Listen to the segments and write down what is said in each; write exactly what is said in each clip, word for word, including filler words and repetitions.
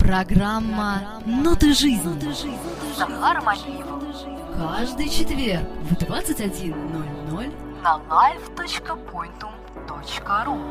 Программа «Ноты жизни» с Захаром Алиевым. Каждый четверг в двадцать один ноль ноль на лайв точка поинтум точка ру.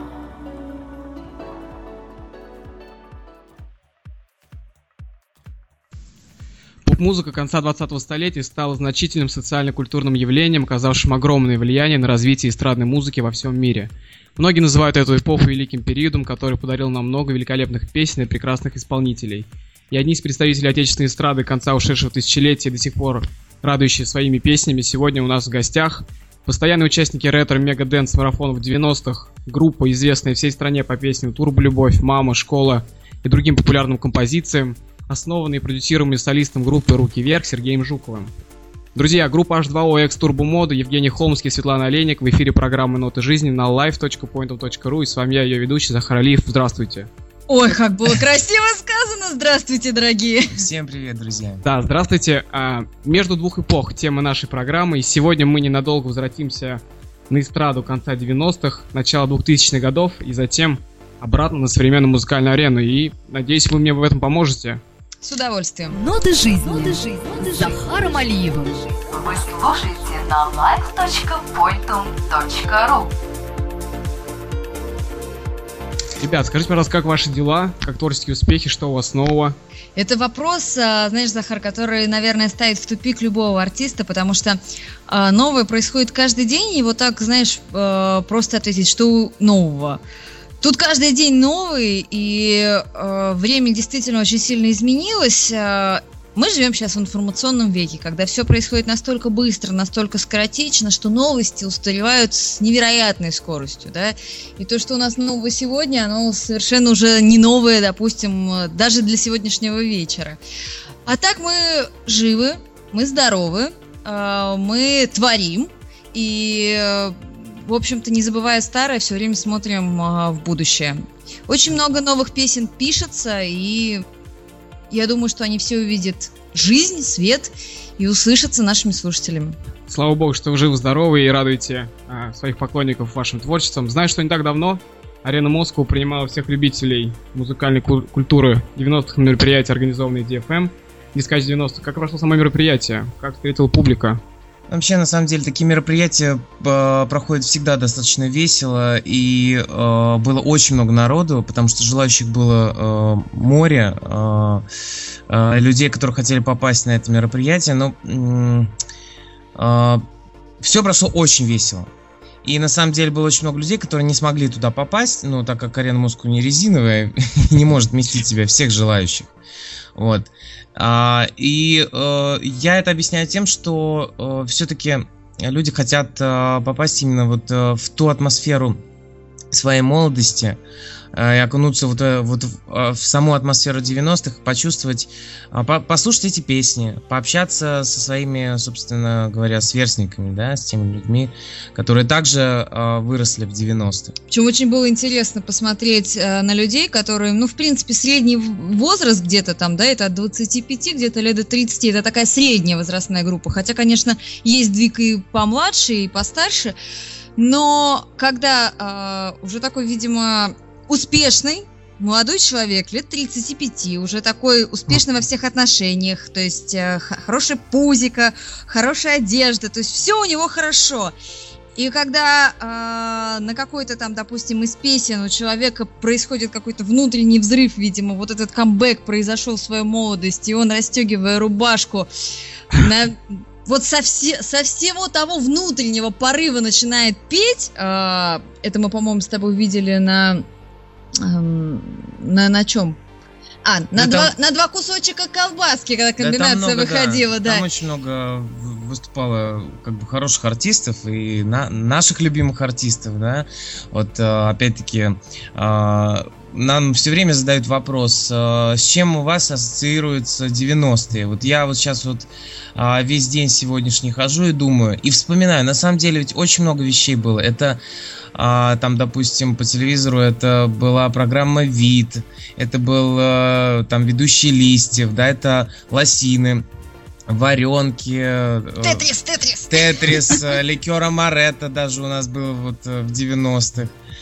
Поп-музыка конца двадцатого столетия стала значительным социально-культурным явлением, оказавшим огромное влияние на развитие эстрадной музыки во всем мире. Многие называют эту эпоху великим периодом, который подарил нам много великолепных песен и прекрасных исполнителей. И одни из представителей отечественной эстрады конца ушедшего тысячелетия, до сих пор радующие своими песнями, сегодня у нас в гостях постоянные участники ретро-мега-дэнс-марафонов девяностых, группа, известная всей стране по песням «Турболюбовь», «Мама», «Школа» и другим популярным композициям, основанные и продюсируемые солистом группы «Руки вверх» Сергеем Жуковым. Друзья, группа эйч два о X-Turbo Mode, Евгений Холмский, Светлана Олейник в эфире программы «Ноты жизни» на лайв точка поинтум точка ру, и с вами я, ее ведущий, Захар Алиев. Здравствуйте. Ой, как было красиво сказано! Здравствуйте, дорогие! Всем привет, друзья! Да, здравствуйте. А, между двух эпох тема нашей программы, и сегодня мы ненадолго возвратимся на эстраду конца девяностых, начала двухтысячных годов, и затем обратно на современную музыкальную арену, и надеюсь, вы мне в этом поможете. С удовольствием. «Ноты жизни» Ноты жизни. с Захаром Алиевым. Вы слушаете на лайв точка поинтум точка ру. Ребят, скажите, пожалуйста, как ваши дела, как творческие успехи, что у вас нового? Это вопрос, знаешь, Захар, который, наверное, ставит в тупик любого артиста, потому что э, новое происходит каждый день, и вот так, знаешь, э, просто ответить, что нового. Тут каждый день новый, и э, время действительно очень сильно изменилось. Э, мы живем сейчас в информационном веке, когда все происходит настолько быстро, настолько скоротечно, что новости устаревают с невероятной скоростью, да. И то, что у нас нового сегодня, оно совершенно уже не новое, допустим, даже для сегодняшнего вечера. А так мы живы, мы здоровы, э, мы творим, и... Э, в общем-то, не забывая старое, все время смотрим а, в будущее. Очень много новых песен пишется, и я думаю, что они все увидят жизнь, свет и услышатся нашими слушателями. Слава богу, что вы живы-здоровы и радуете а, своих поклонников вашим творчеством. Знаю, что не так давно Арена Москва принимала всех любителей музыкальной ку- культуры девяностых на мероприятия, организованные ди эф эм, Дискач девяностых. Как прошло само мероприятие? Как встретила публика? Вообще, на самом деле, такие мероприятия э, проходят всегда достаточно весело, и э, было очень много народу, потому что желающих было э, море, э, э, людей, которые хотели попасть на это мероприятие, но э, э, все прошло очень весело. И на самом деле было очень много людей, которые не смогли туда попасть, ну, так как Арена Москва не резиновая, не может вместить в себя всех желающих. Вот. А, и э, я это объясняю тем, что э, все-таки люди хотят э, попасть именно вот э, в ту атмосферу своей молодости, э, и окунуться вот, э, вот в, э, в саму атмосферу девяностых, почувствовать, э, по, послушать эти песни, пообщаться со своими, собственно говоря, сверстниками, да, с теми людьми, которые также э, выросли в девяностых. Причем очень было интересно посмотреть э, на людей, которые, ну, в принципе, средний возраст где-то там, да, это от двадцати пяти где-то лет до тридцати, это такая средняя возрастная группа, хотя, конечно, есть двиг и помладше, и постарше, но когда э, уже такой, видимо, успешный молодой человек, лет тридцати пяти, уже такой успешный во всех отношениях, то есть э, хорошая пузика, хорошая одежда, то есть все у него хорошо. И когда э, на какой-то там, допустим, из песен у человека происходит какой-то внутренний взрыв, видимо, вот этот камбэк произошел в своей молодости, и он, расстегивая рубашку, на, вот со, все, со всего того внутреннего порыва начинает петь, э, это мы, по-моему, с тобой видели на... Э, на, на чем? А, на, да два, там... на два кусочка колбаски, когда комбинация да, много, выходила, да. да. Там очень много выступало как бы хороших артистов и на, наших любимых артистов, да. Вот опять-таки нам все время задают вопрос, с чем у вас ассоциируются девяностые. Вот я вот сейчас вот весь день сегодняшний хожу и думаю, и вспоминаю, на самом деле ведь очень много вещей было. Это А, там, допустим, по телевизору это была программа «Вид», это был а, там ведущий Листьев, да, это «Лосины», «Варенки», «Тетрис», «Тетрис», «Тетрис», «Ликер Амаретто» даже у нас был вот в девяностых.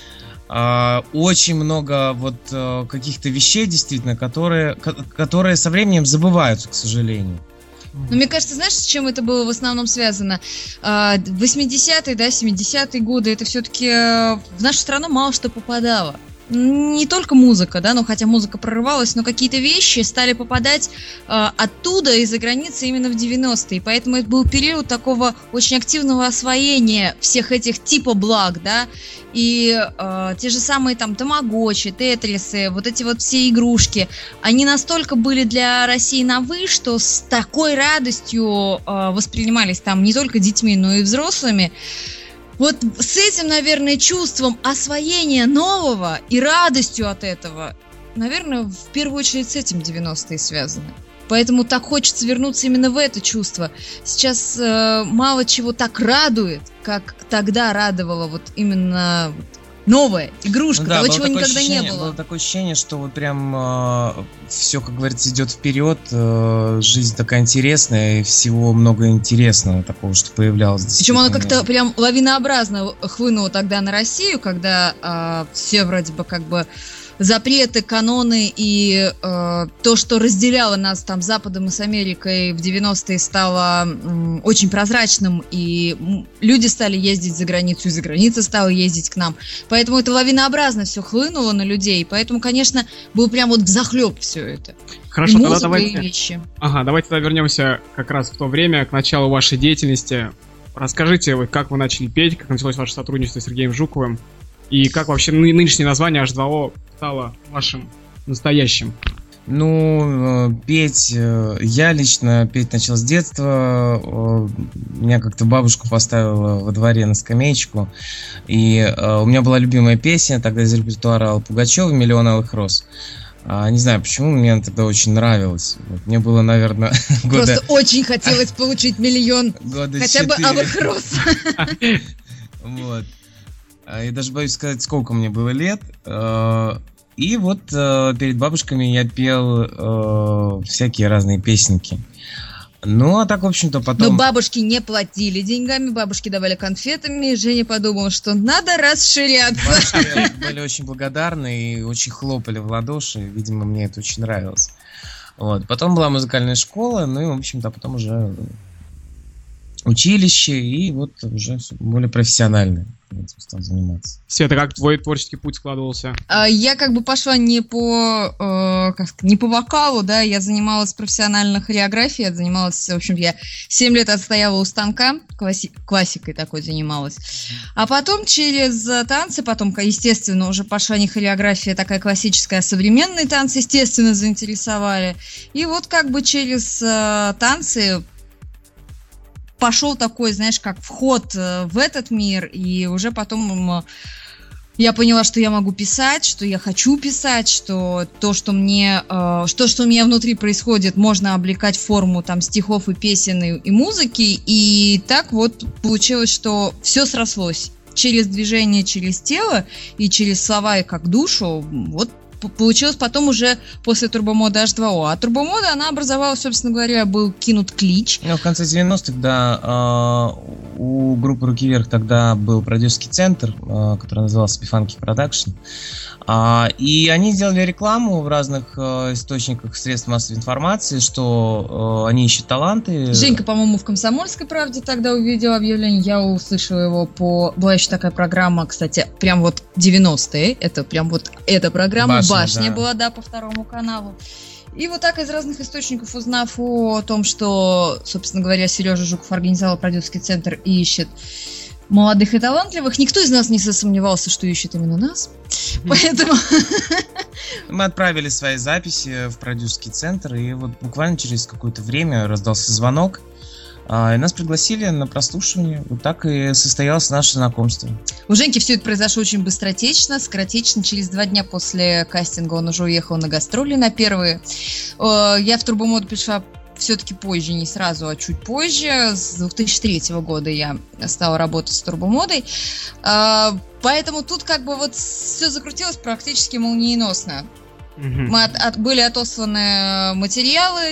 А, очень много вот а, каких-то вещей, действительно, которые, ко- которые со временем забываются, к сожалению. Но мне кажется, знаешь, с чем это было в основном связано? А, восьмидесятые, да, семидесятые годы, это все-таки в нашу страну мало что попадало. Не только музыка, да, ну хотя музыка прорывалась, но какие-то вещи стали попадать э, оттуда, из-за границы, именно в девяностые. Поэтому это был период такого очень активного освоения всех этих типа благ, да, и э, те же самые там тамагочи, тетрисы, вот эти вот все игрушки, они настолько были для России новы, что с такой радостью э, воспринимались там не только детьми, но и взрослыми. Вот с этим, наверное, чувством освоения нового и радостью от этого, наверное, в первую очередь с этим девяностые связаны. Поэтому так хочется вернуться именно в это чувство. Сейчас э, мало чего так радует, как тогда радовало вот именно новая игрушка, Ну да, того, было чего такое никогда не ощущение- было. Было такое ощущение, что вот прям все, как говорится, идет вперед, э, жизнь такая интересная, и всего много интересного такого, что появлялось. Причем оно действительно. как-то прям лавинообразно хлынуло тогда на Россию, когда а, все вроде бы как бы запреты, каноны и э, то, что разделяло нас там с Западом и с Америкой в девяностые, стало м, очень прозрачным, и м, люди стали ездить за границу, и за граница стала ездить к нам. Поэтому это лавинообразно все хлынуло на людей, поэтому, конечно, был прям вот взахлеб все это. Хорошо, и тогда музыка, давайте... и вещи. Ага, давайте тогда вернемся как раз в то время, к началу вашей деятельности. Расскажите, вот как вы начали петь, как началось ваше сотрудничество с Сергеем Жуковым, и как вообще ны- нынешнее название эйч два о стало вашим настоящим? Ну, э, петь, э, я лично петь начал с детства. э, Меня как-то бабушка поставила во дворе на скамеечку. И э, у меня была любимая песня тогда из репертуара Аллы Пугачевой «Миллион алых роз». А, не знаю почему, мне она тогда очень нравилась. Вот, мне было, наверное, года, Просто очень хотелось получить миллион года хотя бы четыре. алых роз. Вот. А Я даже боюсь сказать, сколько мне было лет. Э, И вот э, перед бабушками я пел э, всякие разные песенки. Ну, а так, в общем-то, Но потом... бабушки не платили деньгами, бабушки давали конфетами, и Женя подумал, что надо расширяться. Бабушки были очень благодарны и очень хлопали в ладоши. Видимо, мне это очень нравилось. Вот. Потом была музыкальная школа, ну и, в общем-то, потом уже училище, и вот уже всё более профессионально этим стал заниматься. Света, как твой творческий путь складывался? А Я как бы пошла не по, э, как сказать, не по вокалу, да, я занималась профессионально хореографией, я занималась, в общем, я семь лет отстояла у станка, класси- классикой такой занималась. А потом через э, танцы, потом, ка- естественно, уже пошла не хореография такая классическая, а современные танцы, естественно, заинтересовали. И вот как бы через э, танцы пошел такой, знаешь, как вход э, в этот мир, и уже потом м, я поняла, что я могу писать, что я хочу писать, что то, что мне, э, что, что у меня внутри происходит, можно облекать в форму там стихов и песен и, и музыки, и так вот получилось, что все срослось через движение, через тело и через слова и как душу, вот п- получилось потом уже после турбомода эйч два о. А турбомода, она образовалась, собственно говоря, был кинут клич. Ну, в конце девяностых, да, э, у группы «Руки вверх» тогда был продюсерский центр, э, который назывался «Пифанки Продакшн». А, и они сделали рекламу в разных э, источниках средств массовой информации, что э, они ищут таланты. Женька, по-моему, в «Комсомольской правде» тогда увидела объявление, я услышала его по... Была еще такая программа, кстати, прям вот девяностые, это прям вот эта программа, «Башня», «Башня» да. была, да, по второму каналу. И вот так из разных источников, узнав о том, что, собственно говоря, Сережа Жуков организовал продюсерский центр и ищет молодых и талантливых, никто из нас не засомневался, что ищет именно нас. Поэтому... Мы отправили свои записи в продюсерский центр, и вот буквально через какое-то время раздался звонок, а, и нас пригласили на прослушивание. Вот так и состоялось наше знакомство. У Женьки все это произошло очень быстротечно, скоротечно. Через два дня после кастинга он уже уехал на гастроли на первые. Э, Я в турбомоду пришла все-таки позже, не сразу, а чуть позже. С две тысячи третьего года я стала работать с турбомодой. Э, Поэтому тут как бы вот все закрутилось практически молниеносно. Мгм. Мы от- от- были отосланы материалы,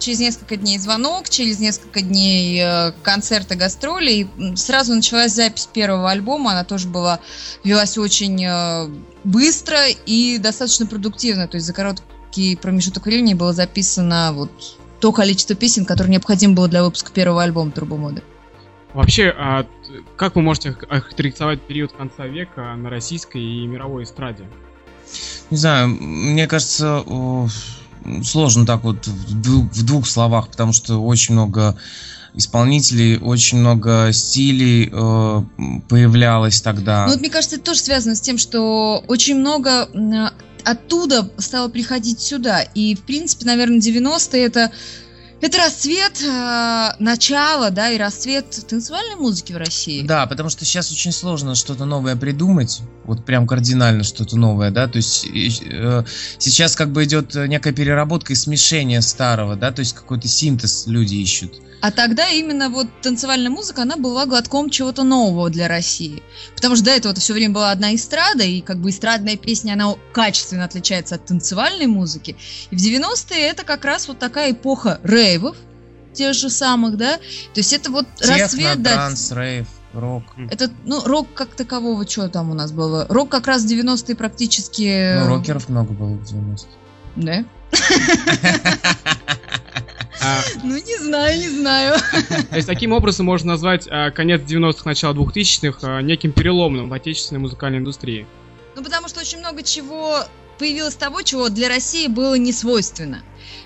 через несколько дней звонок, через несколько дней э, концерты, гастроли, и сразу началась запись первого альбома, она тоже была, велась очень э, быстро и достаточно продуктивно, то есть за короткий промежуток времени было записано вот то количество песен, которое необходимо было для выпуска первого альбома Турбомоды. Вообще, а как вы можете охарактеризовать период конца века на российской и мировой эстраде? Не знаю, мне кажется, сложно так вот в двух, в двух словах, потому что очень много исполнителей, очень много стилей э, появлялось тогда. Ну вот мне кажется, это тоже связано с тем, что очень много э, оттуда стало приходить сюда. И, в принципе, наверное, девяностые это, это расцвет, э, начало, да, и расцвет танцевальной музыки в России. Да, потому что сейчас очень сложно что-то новое придумать, вот прям кардинально что-то новое, да, то есть э, сейчас как бы идет некая переработка и смешение старого, да, то есть какой-то синтез люди ищут. А тогда именно вот танцевальная музыка, она была глотком чего-то нового для России. Потому что до этого это все время была одна эстрада, и как бы эстрадная песня, она качественно отличается от танцевальной музыки. И в девяностые это как раз вот такая эпоха рейвов, тех же самых, да? То есть это вот Техно, расцвет... транс, да, рейв, рок. это, ну, рок как такового, что там у нас было? Рок как раз в девяностые практически... Ну, рокеров много было в девяностых. Да? А, Ну, не знаю, не знаю. то есть таким образом можно назвать а, конец девяностых, начало двухтысячных а, неким переломным в отечественной музыкальной индустрии. Ну, потому что очень много чего появилось того, чего для России было не свойственно.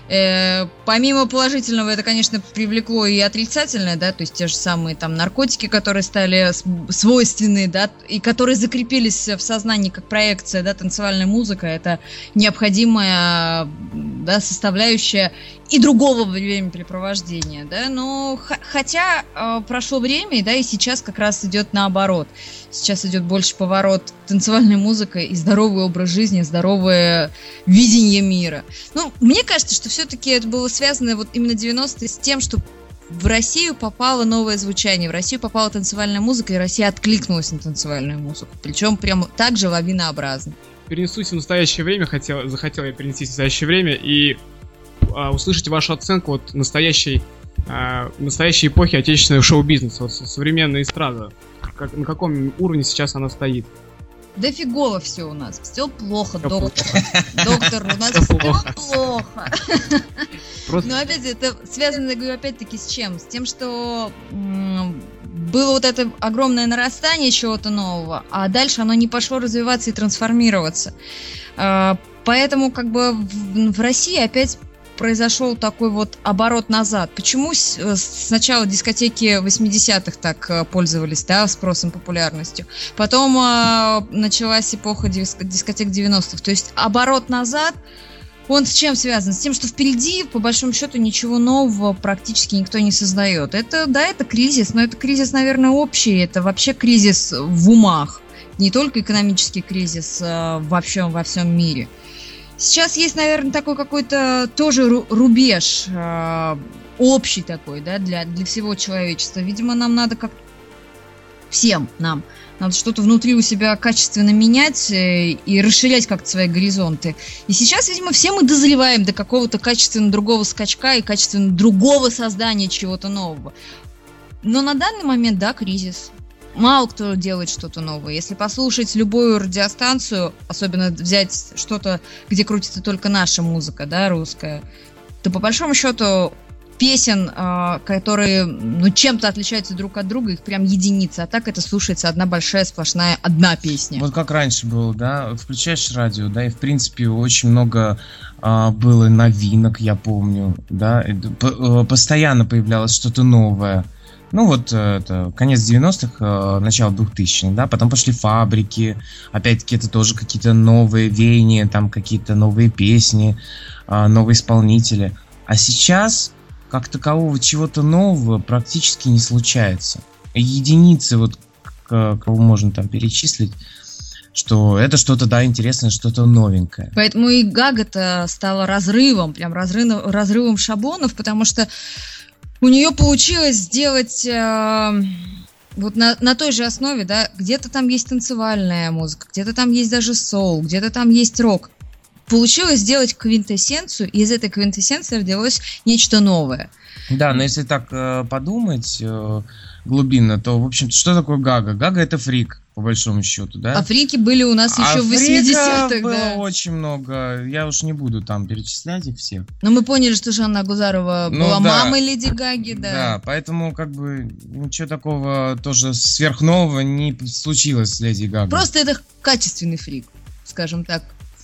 Э, помимо положительного, это, конечно, привлекло и отрицательное, да, то есть те же самые там наркотики, которые стали свойственны, да, и которые закрепились в сознании как проекция, да, танцевальная музыка, это необходимая, да, составляющая и другого времяпрепровождения, да, но х- хотя э, прошло время, да, и сейчас как раз идет наоборот. Сейчас идет больше поворот танцевальной музыкой и здоровый образ жизни, здоровое видение мира. Ну, мне кажется, что все-таки это было связано вот именно девяностые с тем, что в Россию попало новое звучание, в Россию попала танцевальная музыка, и Россия откликнулась на танцевальную музыку, причем прямо так же лавинообразно. Перенесусь в настоящее время, хотел, захотел я перенестись в настоящее время и а, услышать вашу оценку вот настоящей, а, настоящей эпохи отечественного шоу-бизнеса, вот современная эстрада. Как, на каком уровне сейчас она стоит? Да фигово все у нас, все плохо, Всё доктор. Доктор, у нас Всё все плохо. плохо. Просто Но опять это связано, я говорю, опять-таки с чем? С тем, что м, было вот это огромное нарастание чего-то нового, а дальше оно не пошло развиваться и трансформироваться. А, поэтому как бы в, в России опять произошел такой вот оборот назад. Почему с, сначала дискотеки восьмидесятых так э, пользовались, да, спросом, популярностью, потом э, началась эпоха диск, дискотек девяностых, то есть оборот назад. Он с чем связан? С тем, что впереди, по большому счету, ничего нового практически никто не создает. Это, да, это кризис, но это кризис, наверное, общий, это вообще кризис в умах, не только экономический кризис э, во всем, во всем мире. Сейчас есть, наверное, такой какой-то тоже рубеж, э, общий такой, да, для, для всего человечества. Видимо, нам надо как всем нам надо что-то внутри у себя качественно менять э, и расширять как-то свои горизонты. И сейчас, видимо, все мы дозреваем до какого-то качественно другого скачка и качественно другого создания чего-то нового. Но на данный момент, да, кризис. Мало кто делает что-то новое. Если послушать любую радиостанцию, особенно взять что-то, где крутится только наша музыка, да, русская, то по большому счету песен, э, которые, ну, чем-то отличаются друг от друга, их прям единицы, а так это слушается одна большая сплошная одна песня. Вот как раньше было, да, включаешь радио, да, и в принципе очень много э, было новинок, я помню, да, и, по, э, постоянно появлялось что-то новое. Ну вот это конец девяностых, э, начало двухтысячных, да, потом пошли фабрики, опять-таки это тоже какие-то новые веяния, там какие-то новые песни, э, новые исполнители. А сейчас как такового чего-то нового практически не случается. Единицы, вот кого можно там перечислить, что это что-то, да, интересное, что-то новенькое. Поэтому и Гага-то стала разрывом, прям разрыв, разрывом шаблонов, потому что у нее получилось сделать э, вот на, на той же основе, да, где-то там есть танцевальная музыка, где-то там есть даже соул, где-то там есть рок. получилось сделать квинтэссенцию, и из этой квинтэссенции родилось нечто новое. Да, но если так э, подумать э, глубинно, то, в общем-то, что такое Гага? Гага — это фрик, по большому счету, да? А фрики были у нас еще а в восьмидесятых, было да. очень много, я уж не буду там перечислять их всех. Но мы поняли, что Жанна Агузарова Ну, была да. мамой Леди Гаги, да. Да, поэтому как бы ничего такого тоже сверхнового не случилось с Леди Гагой. Просто это качественный фрик, скажем так.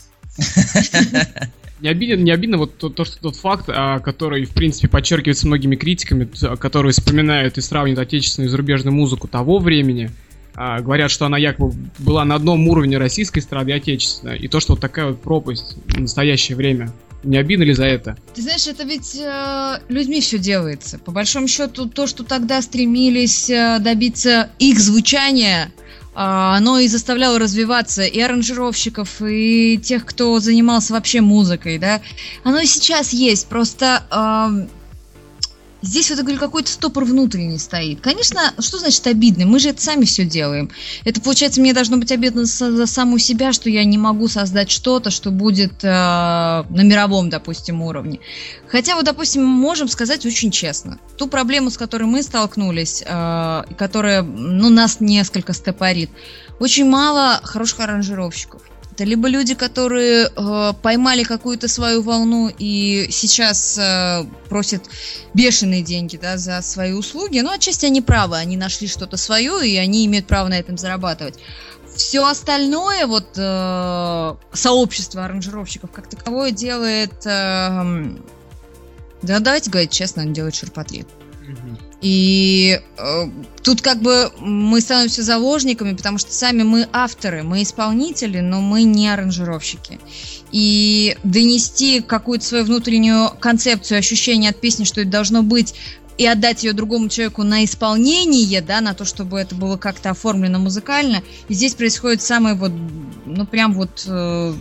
Не обидно, не обидно вот то, то, что тот факт, а, который, в принципе, подчеркивается многими критиками, т- которые вспоминают и сравнивают отечественную и зарубежную музыку того времени, а, говорят, что она якобы была на одном уровне российской эстрады и отечественной, и то, что вот такая вот пропасть в настоящее время. Не обидно ли за это? Ты знаешь, это ведь э, людьми все делается. По большому счету, то, что тогда стремились э, добиться их звучания, оно и заставляло развиваться и аранжировщиков, и тех, кто занимался вообще музыкой, да. Оно и сейчас есть, просто э, здесь вот, я говорю, какой-то стопор внутренний стоит. Конечно, что значит обидно? Мы же это сами все делаем. Это, получается, мне должно быть обидно за, за саму себя, что я не могу создать что-то, что будет э, на мировом, допустим, уровне. Хотя вот, допустим, мы можем сказать очень честно. Ту проблему, с которой мы столкнулись, э, которая, ну, нас несколько стопорит, очень мало хороших аранжировщиков. Это либо люди, которые э, поймали какую-то свою волну и сейчас э, просят бешеные деньги, да, за свои услуги. Но отчасти они правы, они нашли что-то свое, и они имеют право на этом зарабатывать. Все остальное, вот, э, сообщество аранжировщиков как таковое делает, э, да, давайте говорить честно, оно делает ширпотреб. И э, тут как бы мы становимся заложниками, потому что сами мы авторы, мы исполнители, но мы не аранжировщики. И донести какую-то свою внутреннюю концепцию, ощущение от песни, что это должно быть, и отдать ее другому человеку на исполнение, да, на то, чтобы это было как-то оформлено музыкально. И здесь происходит самое вот, ну прям вот... Э,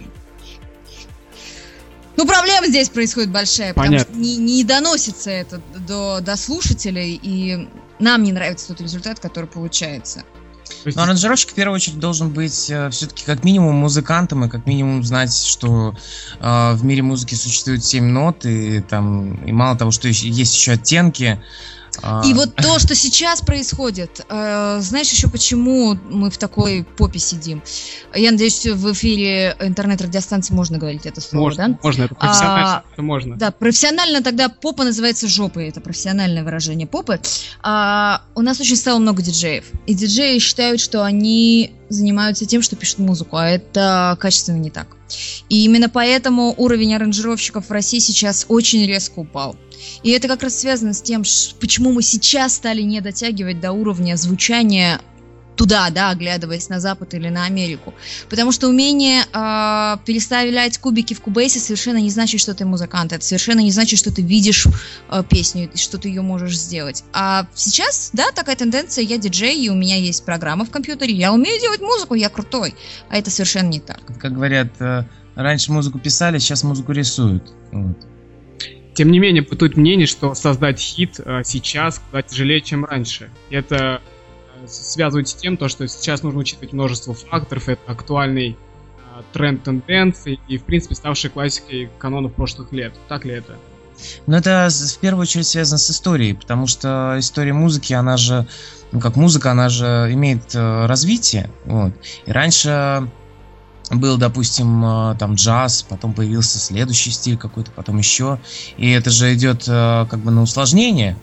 Ну, проблема здесь происходит большая, потому Понятно. что не, не доносится это до, до слушателей, и нам не нравится тот результат, который получается. Но аранжировщик в первую очередь должен быть э, все-таки как минимум музыкантом и как минимум знать, что э, в мире музыки существует семь нот, и там и мало того, что еще, есть еще оттенки. э, И вот то, что сейчас происходит, э, знаешь еще почему мы в такой попе сидим? Я надеюсь, в эфире интернет-радиостанции можно говорить это слово, Можно, да? можно, это профессионально, А, это можно. Да, профессионально тогда попа называется жопой, это профессиональное выражение попы. А, у нас очень стало много диджеев, и диджеи считают, что они занимаются тем, что пишут музыку, а это качественно не так. И именно поэтому уровень аранжировщиков в России сейчас очень резко упал. И это как раз связано с тем, почему мы сейчас стали не дотягивать до уровня звучания туда, да, оглядываясь на Запад или на Америку. Потому что умение э, переставлять кубики в кубейсе совершенно не значит, что ты музыкант. Это совершенно не значит, что ты видишь э, песню и что ты ее можешь сделать. А сейчас, да, такая тенденция, я диджей, и у меня есть программа в компьютере, я умею делать музыку, я крутой. А это совершенно не так. Как говорят, э, раньше музыку писали, сейчас музыку рисуют. Вот. Тем не менее, бытует мнение, что создать хит а, сейчас куда тяжелее, чем раньше. Это а, связывает с тем, то, что сейчас нужно учитывать множество факторов. Это актуальный а, тренд тенденций и, в принципе, ставший классикой канонов прошлых лет. Так ли это? Но это в первую очередь связано с историей, потому что история музыки, она же, ну как музыка, она же имеет э, развитие. Вот. И раньше был, допустим, э, там джаз, потом появился следующий стиль какой-то, потом еще. И это же идет э, как бы на усложнение.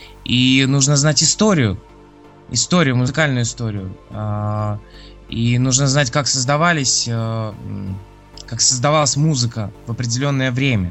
И нужно знать историю, историю, музыкальную историю. Э, и нужно знать, как создавались, э, как создавалась музыка в определенное время.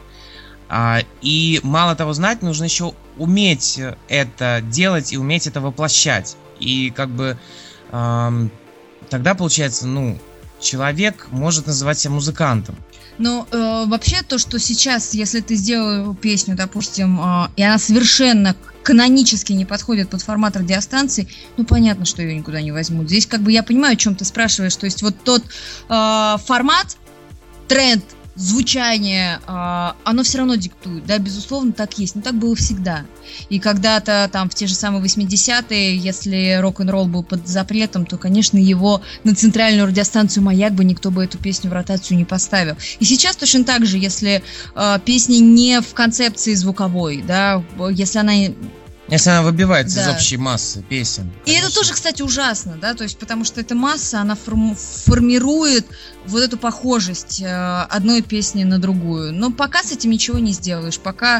А, и мало того знать, нужно еще уметь это делать и уметь это воплощать. И как бы эм, тогда получается, ну, человек может называть себя музыкантом. Но э, вообще то, что сейчас, если ты сделал песню, допустим, э, и она совершенно канонически не подходит под формат радиостанции, ну понятно, что ее никуда не возьмут. Здесь как бы я понимаю, о чем ты спрашиваешь. То есть вот тот э, формат, тренд, звучание, э, оно все равно диктует, да, безусловно, так есть, но так было всегда. И когда-то там в те же самые восьмидесятые, если рок-н-ролл был под запретом, то, конечно, его на центральную радиостанцию «Маяк» бы никто бы эту песню в ротацию не поставил. И сейчас точно так же, если э, песня не в концепции звуковой, да, если она... Если она выбивается Да. из общей массы песен. И это тоже, кстати, ужасно, да, то есть потому что эта масса, она форм- формирует вот эту похожесть э, одной песни на другую. Но пока с этим ничего не сделаешь, пока,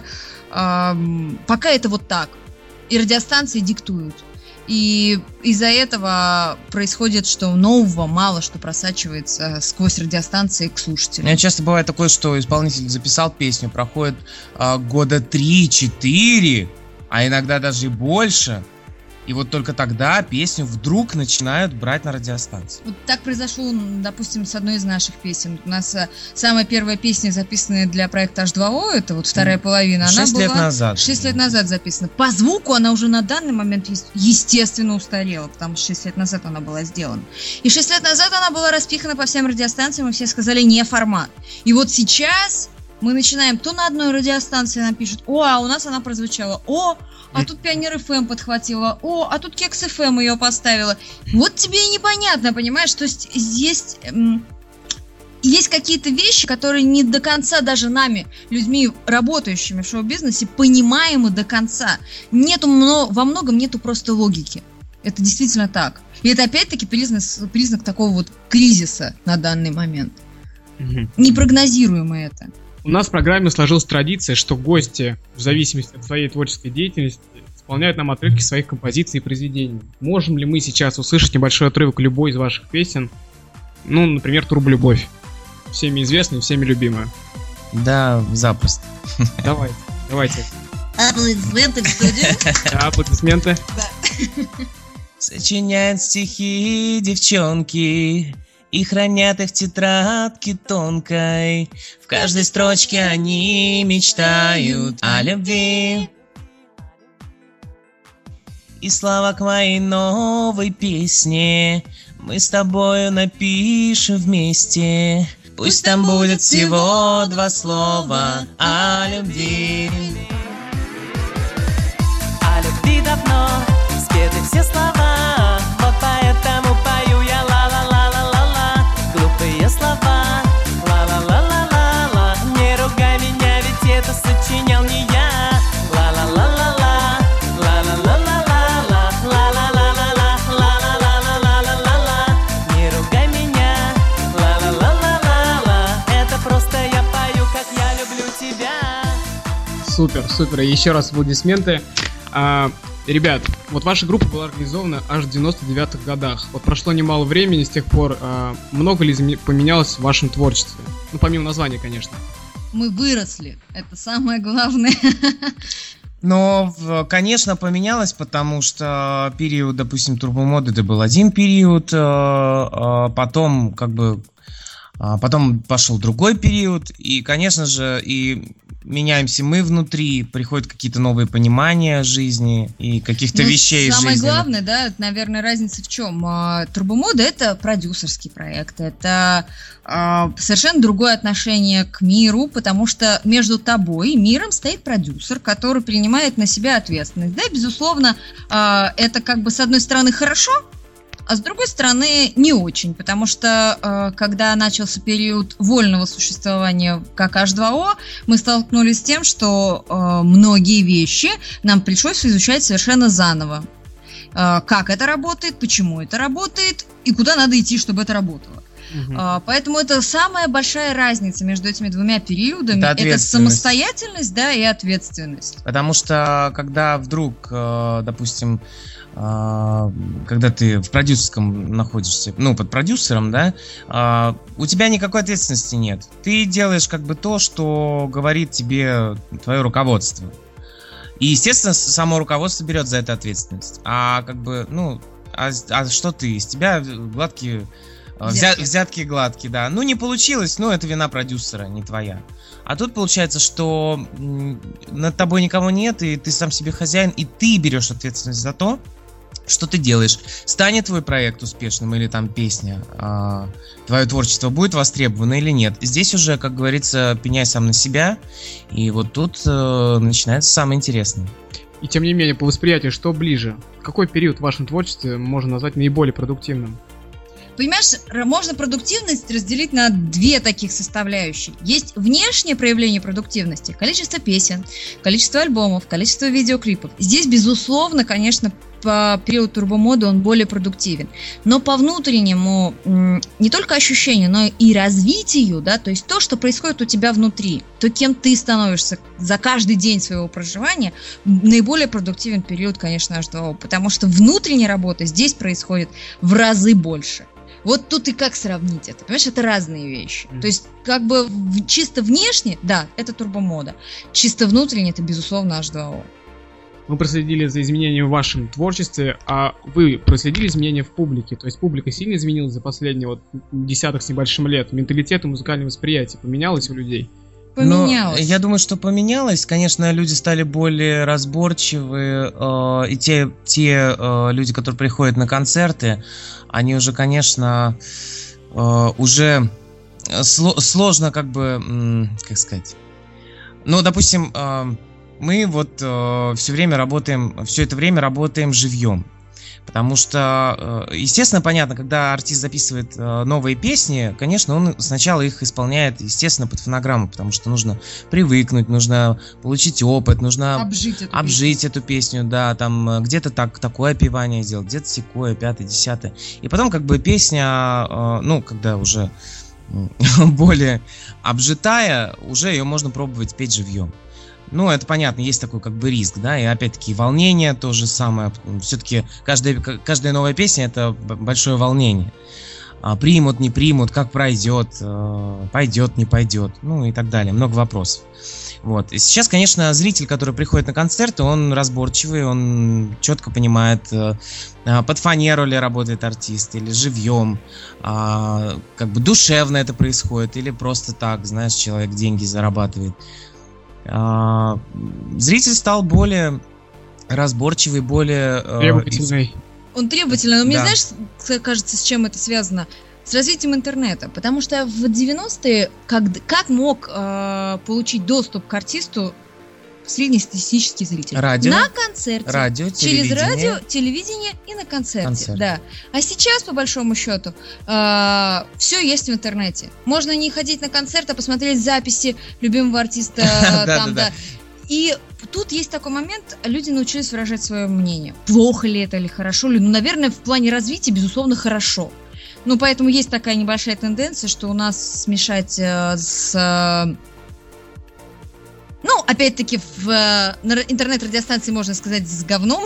эм, пока это вот так. И радиостанции диктуют. И из-за этого происходит, что нового мало что просачивается сквозь радиостанции к У слушателям. меня часто бывает такое, что исполнитель записал песню, проходит а, года три-четыре, а иногда даже и больше, и вот только тогда песню вдруг начинают брать на радиостанции. Вот так произошло, допустим, с одной из наших песен. У нас а, самая первая песня, записанная для проекта эйч два о, это вот вторая половина, она Шесть была лет назад. шесть лет назад записана. По звуку она уже на данный момент ес- естественно устарела, потому что шесть лет назад она была сделана. И шесть лет назад она была распихана по всем радиостанциям, и все сказали не формат. И вот сейчас мы начинаем, то на одной радиостанции нам пишут: о, а у нас она прозвучала, о, а тут Пионер эф эм подхватила, о, а тут Кекс эф эм ее поставила. Вот тебе и непонятно, понимаешь? То есть здесь м, есть какие-то вещи, которые не до конца даже нами, людьми, работающими в шоу-бизнесе, понимаемы до конца. Нету мно- во многом нету просто логики. Это действительно так. И это опять-таки признак, признак такого вот кризиса на данный момент. Мгм. Непрогнозируемо это. У нас в программе сложилась традиция, что гости, в зависимости от своей творческой деятельности, исполняют нам отрывки своих композиций и произведений. Можем ли мы сейчас услышать небольшой отрывок любой из ваших песен? Ну, например, «Труб любовь». Всеми известная и всеми любимая. Да, запросто. Давайте, давайте. Аплодисменты в студию. Да, аплодисменты. Сочиняют стихи девчонки и хранят их в тетрадке тонкой. В каждой строчке они мечтают о любви. И слова к моей новой песне мы с тобою напишем вместе. Пусть там будет всего два слова о любви. О любви давно спеты все слова, вот поэтому пою я ла-ла-ла-ла-ла-ла. Глупые слова, ла-ла-ла-ла-ла-ла. Не ругай меня, ведь это сочинял не я. Ла-ла-ла-ла-ла, ла-ла-ла-ла-ла-ла, ла-ла-ла-ла-ла, ла-ла-ла-ла-ла-ла-ла. Не ругай меня, ла-ла-ла-ла-ла-ла. Это просто я пою, как я люблю тебя. Супер, супер. И еще раз аплодисменты. А, ребят, вот ваша группа была организована аж в девяносто девятых годах. Вот прошло немало времени с тех пор. А, много ли изме- поменялось в вашем творчестве? Ну, помимо названия, конечно. Мы выросли. Это самое главное. Но, в- конечно, поменялось, потому что период, допустим, турбомоды это был один период, э, э, потом как бы а потом пошел другой период, и, конечно же, и меняемся мы внутри, приходят какие-то новые понимания жизни и каких-то Ну, вещей самое жизни. главное, да, наверное, разница в чем? А, Турбомода — это продюсерский проект, это а, совершенно другое отношение к миру, потому что между тобой и миром стоит продюсер, который принимает на себя ответственность. Да, безусловно, а, это как бы с одной стороны хорошо, а с другой стороны не очень, потому что э, когда начался период вольного существования как эйч два о, мы столкнулись с тем, что э, многие вещи нам пришлось изучать совершенно заново. Э, как это работает, почему это работает и куда надо идти, чтобы это работало. Мгм. Э, поэтому это самая большая разница между этими двумя периодами. Это Это, ответственность. самостоятельность, да, и ответственность. Потому что когда вдруг, э, допустим, э, когда ты в продюсерском находишься, ну, под продюсером, да, э, у тебя никакой ответственности нет. Ты делаешь как бы то, что говорит тебе твое руководство. И, естественно, с- само руководство берет за это ответственность. А как бы, ну, а, с- а что ты? Из тебя гладкие... э, взя- Взятки. взятки гладкие, да. Ну, не получилось, ну, это вина продюсера, не твоя. А тут получается, что м, над тобой никого нет, и ты сам себе хозяин, и ты берешь ответственность за то, что ты делаешь? Станет твой проект успешным или там песня, а, твое творчество будет востребовано или нет? Здесь уже, как говорится, пеняй сам на себя, и вот тут э, начинается самое интересное. И тем не менее, по восприятию, что ближе? Какой период в вашем творчестве можно назвать наиболее продуктивным? Понимаешь, можно продуктивность разделить на две таких составляющие. Есть внешнее проявление продуктивности, количество песен, количество альбомов, количество видеоклипов. Здесь, безусловно, конечно, по периоду турбомоды он более продуктивен. Но по внутреннему не только ощущению, но и развитию, да, то есть то, что происходит у тебя внутри, то, кем ты становишься за каждый день своего проживания, наиболее продуктивен период, конечно, эйч два о, потому что внутренняя работа здесь происходит в разы больше. Вот тут и как сравнить это, понимаешь, это разные вещи. Mm. То есть, как бы в, чисто внешне, да, это турбомода. Чисто внутренне, это, безусловно, эйч два о. Мы проследили за изменениями в вашем творчестве, а вы проследили изменения в публике? То есть публика сильно изменилась за последние вот десяток с небольшим лет? Менталитет и музыкальное восприятие поменялось у людей? Поменялось. Но я думаю, что поменялось. Конечно, люди стали более разборчивы. Э, и те, те э, люди, которые приходят на концерты, они уже, конечно, э, уже сло- сложно как бы, м- как сказать... Ну, допустим, э, мы вот э, все время работаем, все это время работаем живьем. Потому что, естественно, понятно, когда артист записывает новые песни, конечно, он сначала их исполняет, естественно, под фонограмму, потому что нужно привыкнуть, нужно получить опыт, нужно обжить эту, обжить эту песню, да, там где-то так, такое опевание сделать, где-то секое, пятое, десятое. И потом как бы песня, ну, когда уже более обжитая, уже ее можно пробовать петь живьем. Ну, это понятно, есть такой как бы риск, да, и опять-таки волнение то же самое. Все-таки каждая, каждая новая песня — это большое волнение. А, примут, не примут, как пройдет, пойдет, не пойдет, ну и так далее. Много вопросов. Вот. И сейчас, конечно, зритель, который приходит на концерты, он разборчивый, он четко понимает, под фанеру ли работает артист, или живьем, как бы душевно это происходит, или просто так, знаешь, человек деньги зарабатывает. Uh, зритель стал более разборчивый, более... Uh, требовательный. Он требовательный, но мне, да. знаешь, кажется, с чем это связано? С развитием интернета. Потому что в девяностые как, как мог э, получить доступ к артисту среднестатистический зритель? Радио. На концерте. Радио, через телевидение. радио, телевидение и на концерте. Концерт. Да. А сейчас, по большому счету, э, все есть в интернете. Можно не ходить на концерт, а посмотреть записи любимого артиста. там, да. И тут есть такой момент, люди научились выражать свое мнение. Плохо ли это или хорошо ли? Ну, наверное, в плане развития, безусловно, хорошо. Ну, поэтому есть такая небольшая тенденция, что у нас смешать э, с... Э, ну, опять-таки, в э, интернет-радиостанции, можно сказать, с говном.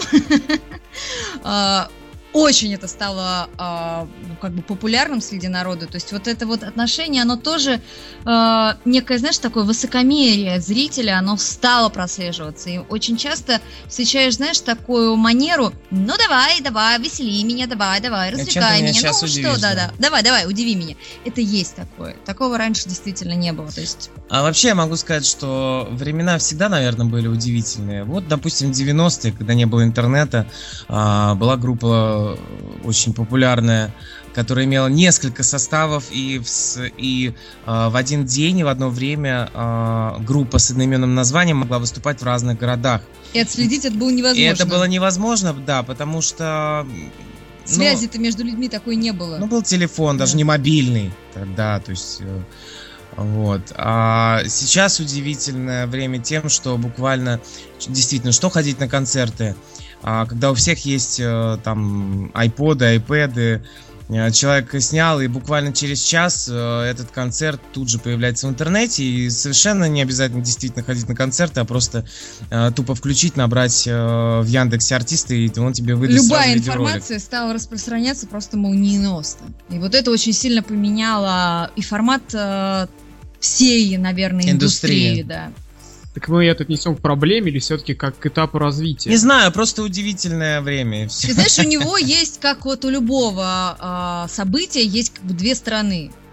Очень это стало э, как бы популярным среди народа. То есть вот это вот отношение, оно тоже э, некое, знаешь, такое высокомерие зрителя, оно стало прослеживаться. И очень часто встречаешь, знаешь, такую манеру: ну давай, давай, весели меня, давай, давай, развлекай меня. меня. Ну что, да, да, давай, давай, удиви меня. Это есть такое. Такого раньше действительно не было. То есть... А вообще я могу сказать, что времена всегда, наверное, были удивительные. Вот, допустим, в девяностые, когда не было интернета, э, была группа очень популярная, которая имела несколько составов, и, в, и э, в один день и в одно время э, группа с одноименным названием могла выступать в разных городах. И отследить это было невозможно. И это было невозможно, да, потому что... Связи-то ну, между людьми такой не было. Ну, был телефон, даже да. не мобильный тогда, то есть... Э, вот. А сейчас удивительное время тем, что буквально, действительно, что ходить на концерты, когда у всех есть там айподы, айпэды, человек снял, и буквально через час этот концерт тут же появляется в интернете, и совершенно не обязательно действительно ходить на концерты, а просто тупо включить, набрать в Яндексе артиста, и он тебе выдаст Любая сразу видеоролик. информация стала распространяться просто молниеносно. И вот это очень сильно поменяло и формат всей, наверное, индустрии, да. Так мы это отнесем к проблеме или все-таки как к этапу развития? Не знаю, просто удивительное время. Ты знаешь, у него есть, как вот у любого э, события, есть как бы две стороны.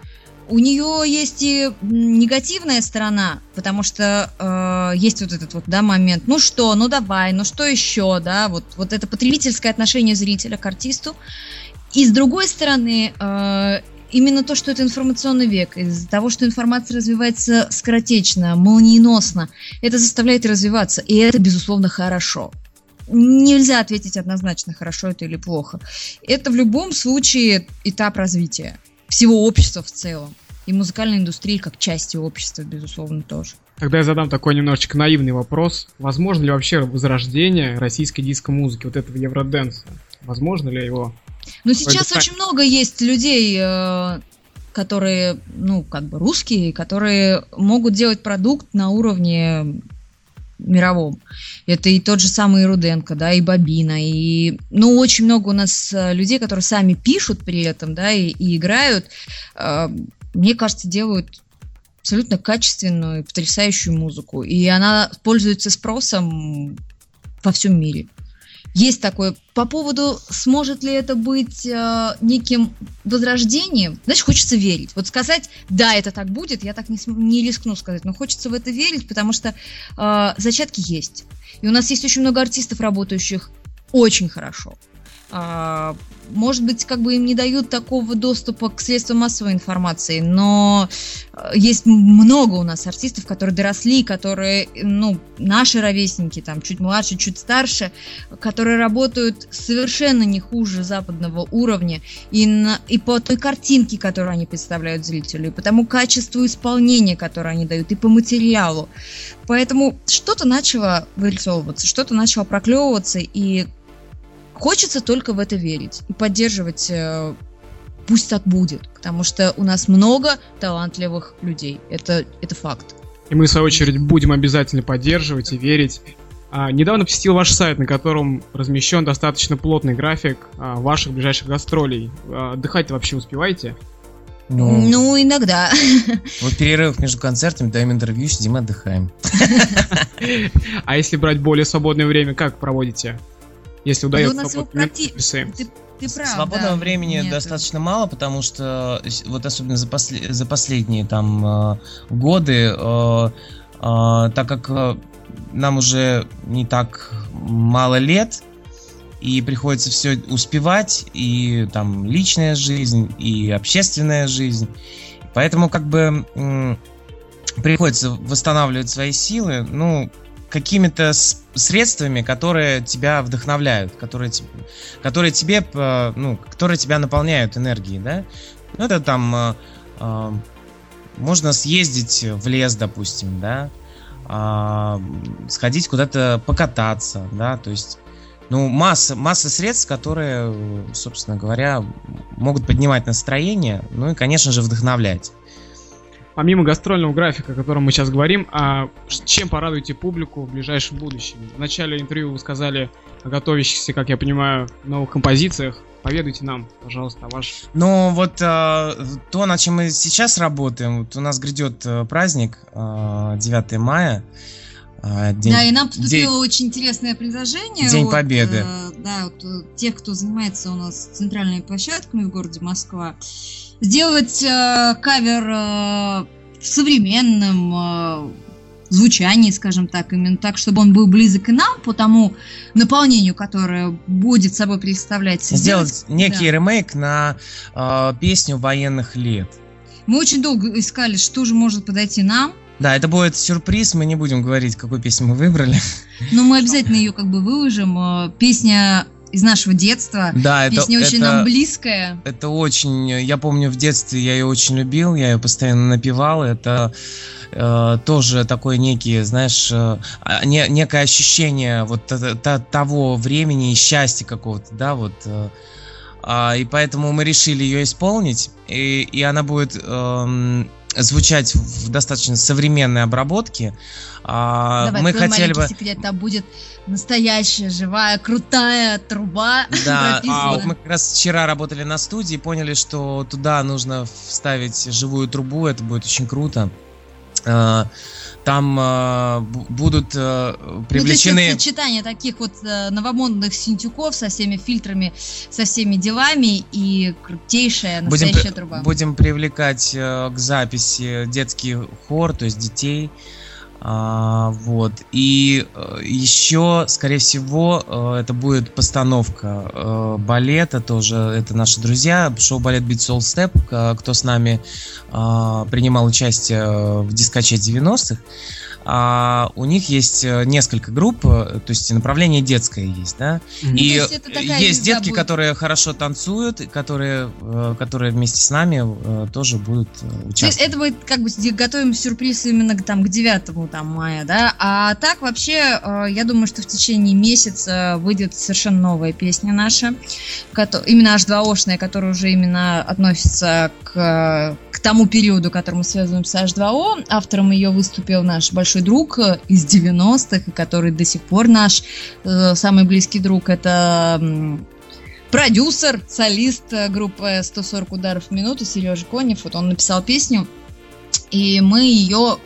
У нее есть и негативная сторона, потому что э, есть вот этот вот, да, момент, ну что, ну давай, ну что еще, да, вот, вот это потребительское отношение зрителя к артисту. И с другой стороны, э, именно то, что это информационный век, из-за того, что информация развивается скоротечно, молниеносно, это заставляет развиваться, и это, безусловно, хорошо. Нельзя ответить однозначно, хорошо это или плохо. Это в любом случае этап развития всего общества в целом. И музыкальной индустрии как части общества, безусловно, тоже. Тогда я задам такой немножечко наивный вопрос. Возможно ли вообще возрождение российской диско-музыки, вот этого евроденса? Возможно ли его? Ну, сейчас очень много есть людей, которые, ну, как бы русские, которые могут делать продукт на уровне мировом. Это и тот же самый Руденко, да, и Бобина, и, ну, очень много у нас людей, которые сами пишут при этом, да, и, и играют, э, мне кажется, делают абсолютно качественную и потрясающую музыку, и она пользуется спросом во всем мире. Есть такое. По поводу, сможет ли это быть э, неким возрождением, знаешь, хочется верить. Вот сказать, да, это так будет, я так не, не рискну сказать, но хочется в это верить, потому что э, зачатки есть. И у нас есть очень много артистов, работающих очень хорошо. Э, может быть, как бы им не дают такого доступа к средствам массовой информации, но есть много у нас артистов, которые доросли, которые, ну, наши ровесники, там, чуть младше, чуть старше, которые работают совершенно не хуже западного уровня и, на, и по той картинке, которую они представляют зрителю, и по тому качеству исполнения, которое они дают, и по материалу. Поэтому что-то начало вырисовываться, что-то начало проклевываться, и хочется только в это верить и поддерживать, э, пусть так будет, потому что у нас много талантливых людей, это, это факт. И мы, в свою очередь, будем обязательно поддерживать и верить. А, недавно посетил ваш сайт, на котором размещен достаточно плотный график а, ваших ближайших гастролей. А, отдыхать-то вообще успеваете? Ну, ну, иногда. Вот перерыв между концертами, даем интервью, сидим, отдыхаем. А если брать более свободное время, как проводите? Если удается, у нас его практи... ты, ты прав, свободного да, времени нет. Достаточно мало, потому что вот особенно за, после... за последние там годы, э, э, так как нам уже не так мало лет, и приходится все успевать, и там личная жизнь, и общественная жизнь, поэтому как бы м- приходится восстанавливать свои силы, ну, какими-то средствами, которые тебя вдохновляют, которые, которые тебе, ну, которые тебя наполняют энергией, да? Ну, это там э, э, можно съездить в лес, допустим, да, э, сходить куда-то покататься, да, то есть, ну, масса, масса средств, которые, собственно говоря, могут поднимать настроение, ну и, конечно же, вдохновлять. Помимо гастрольного графика, о котором мы сейчас говорим, а чем порадуете публику в ближайшем будущем? В начале интервью вы сказали о готовящихся, как я понимаю, новых композициях. Поведайте нам, пожалуйста, о вашем. Ну вот э, то, над чем мы сейчас работаем, вот у нас грядет э, праздник э, девятого мая. Э, день, да, и нам поступило день, очень интересное предложение. День от, Победы. Э, да, от э, тех, кто занимается у нас центральными площадками в городе Москва. Сделать э, кавер э, в современном э, звучании, скажем так, именно так, чтобы он был близок и нам, по тому наполнению, которое будет собой представлять. Сделать, сделать некий да. ремейк на э, песню военных лет. Мы очень долго искали, что же может подойти нам. Да, это будет сюрприз, мы не будем говорить, какую песню мы выбрали. Но мы обязательно ее как бы выложим. Песня из нашего детства. Да, песня это, очень это, нам близкая. Это очень, я помню, в детстве я ее очень любил, я ее постоянно напевал. Это э, тоже такое некие, знаешь, э, не, некое ощущение вот т- т- того времени и счастья какого-то, да, вот. Э, э, и поэтому мы решили ее исполнить, и, и она будет э, звучать в достаточно современной обработке. А, Давай, мы твой хотели маленький бы... секрет, там будет настоящая, живая, крутая труба. Да, а вот мы как раз вчера работали на студии, поняли, что туда нужно вставить живую трубу, это будет очень круто. А, там э, будут э, привлечены... Ну, то есть сочетание таких вот э, новомодных синтюков со всеми фильтрами, со всеми делами и крутейшая настоящая будем, труба. Будем привлекать э, к записи детский хор, то есть детей. А, вот. И э, еще, скорее всего, э, это будет постановка э, балета тоже. Это наши друзья. Шоу-балет Beat Soul Step, э, кто с нами э, принимал участие в дискоче девяностых. А у них есть несколько групп, то есть направление детское есть, да, Mm-hmm. и есть, есть детки, будет. которые хорошо танцуют, которые, которые вместе с нами тоже будут участвовать. Это мы как бы готовим сюрприз именно там к девятому там, мая, да, а так вообще, я думаю, что в течение месяца выйдет совершенно новая песня наша, именно эйч два о-шная, которая уже именно относится к, к тому периоду, который мы связываем с эйч два о. Автором ее выступил наш большой друг из девяностых, который до сих пор наш э, самый близкий друг. Это э, продюсер, солист группы сто сорок ударов в минуту Сережа Конев. Вот он написал песню, и мы ее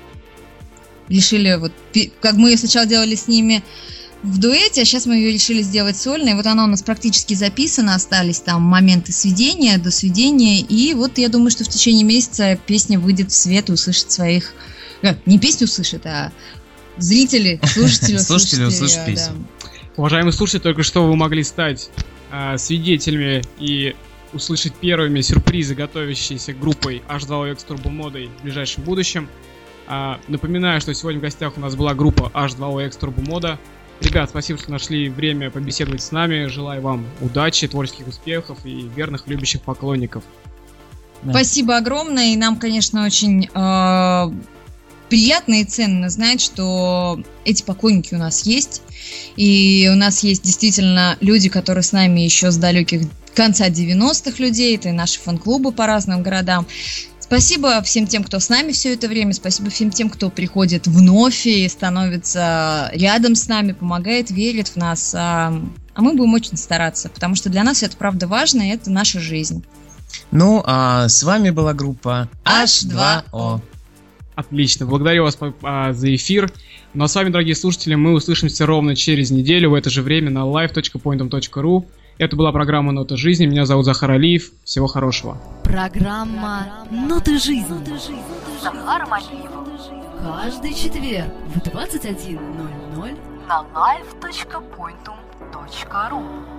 решили, вот, как мы ее сначала делали с ними в дуэте, а сейчас мы ее решили сделать сольной. Вот она у нас практически записана, остались там моменты сведения, до сведения. И вот я думаю, что в течение месяца песня выйдет в свет и услышит своих... Не песню услышит, а зрители, слушатели, слушатели услышат песню. Уважаемые слушатели, только что вы могли стать э, свидетелями и услышать первыми сюрпризы, готовящиеся группой эйч два о X Turbo Mode в ближайшем будущем. Э, напоминаю, что сегодня в гостях у нас была группа эйч два о X Turbo Mode. Ребят, спасибо, что нашли время побеседовать с нами. Желаю вам удачи, творческих успехов и верных любящих поклонников. Да. Спасибо огромное. И нам, конечно, очень э, приятно и ценно знать, что эти поклонники у нас есть. И у нас есть действительно люди, которые с нами еще с далеких конца девяностых людей. Это и наши фан-клубы по разным городам. Спасибо всем тем, кто с нами все это время. Спасибо всем тем, кто приходит вновь и становится рядом с нами, помогает, верит в нас. А, а мы будем очень стараться, потому что для нас это правда важно, и это наша жизнь. Ну, а с вами была группа эйч два о. Отлично, благодарю вас а, за эфир. Ну а с вами, дорогие слушатели, мы услышимся ровно через неделю в это же время на лайв точка поинтум точка ру. Это была программа «Нота жизни». Меня зовут Захар Алиев. Всего хорошего. Программа «Ноты жизни». Захар Алиев. Каждый четверг в двадцать один ноль ноль на лайв точка поинтум точка ру.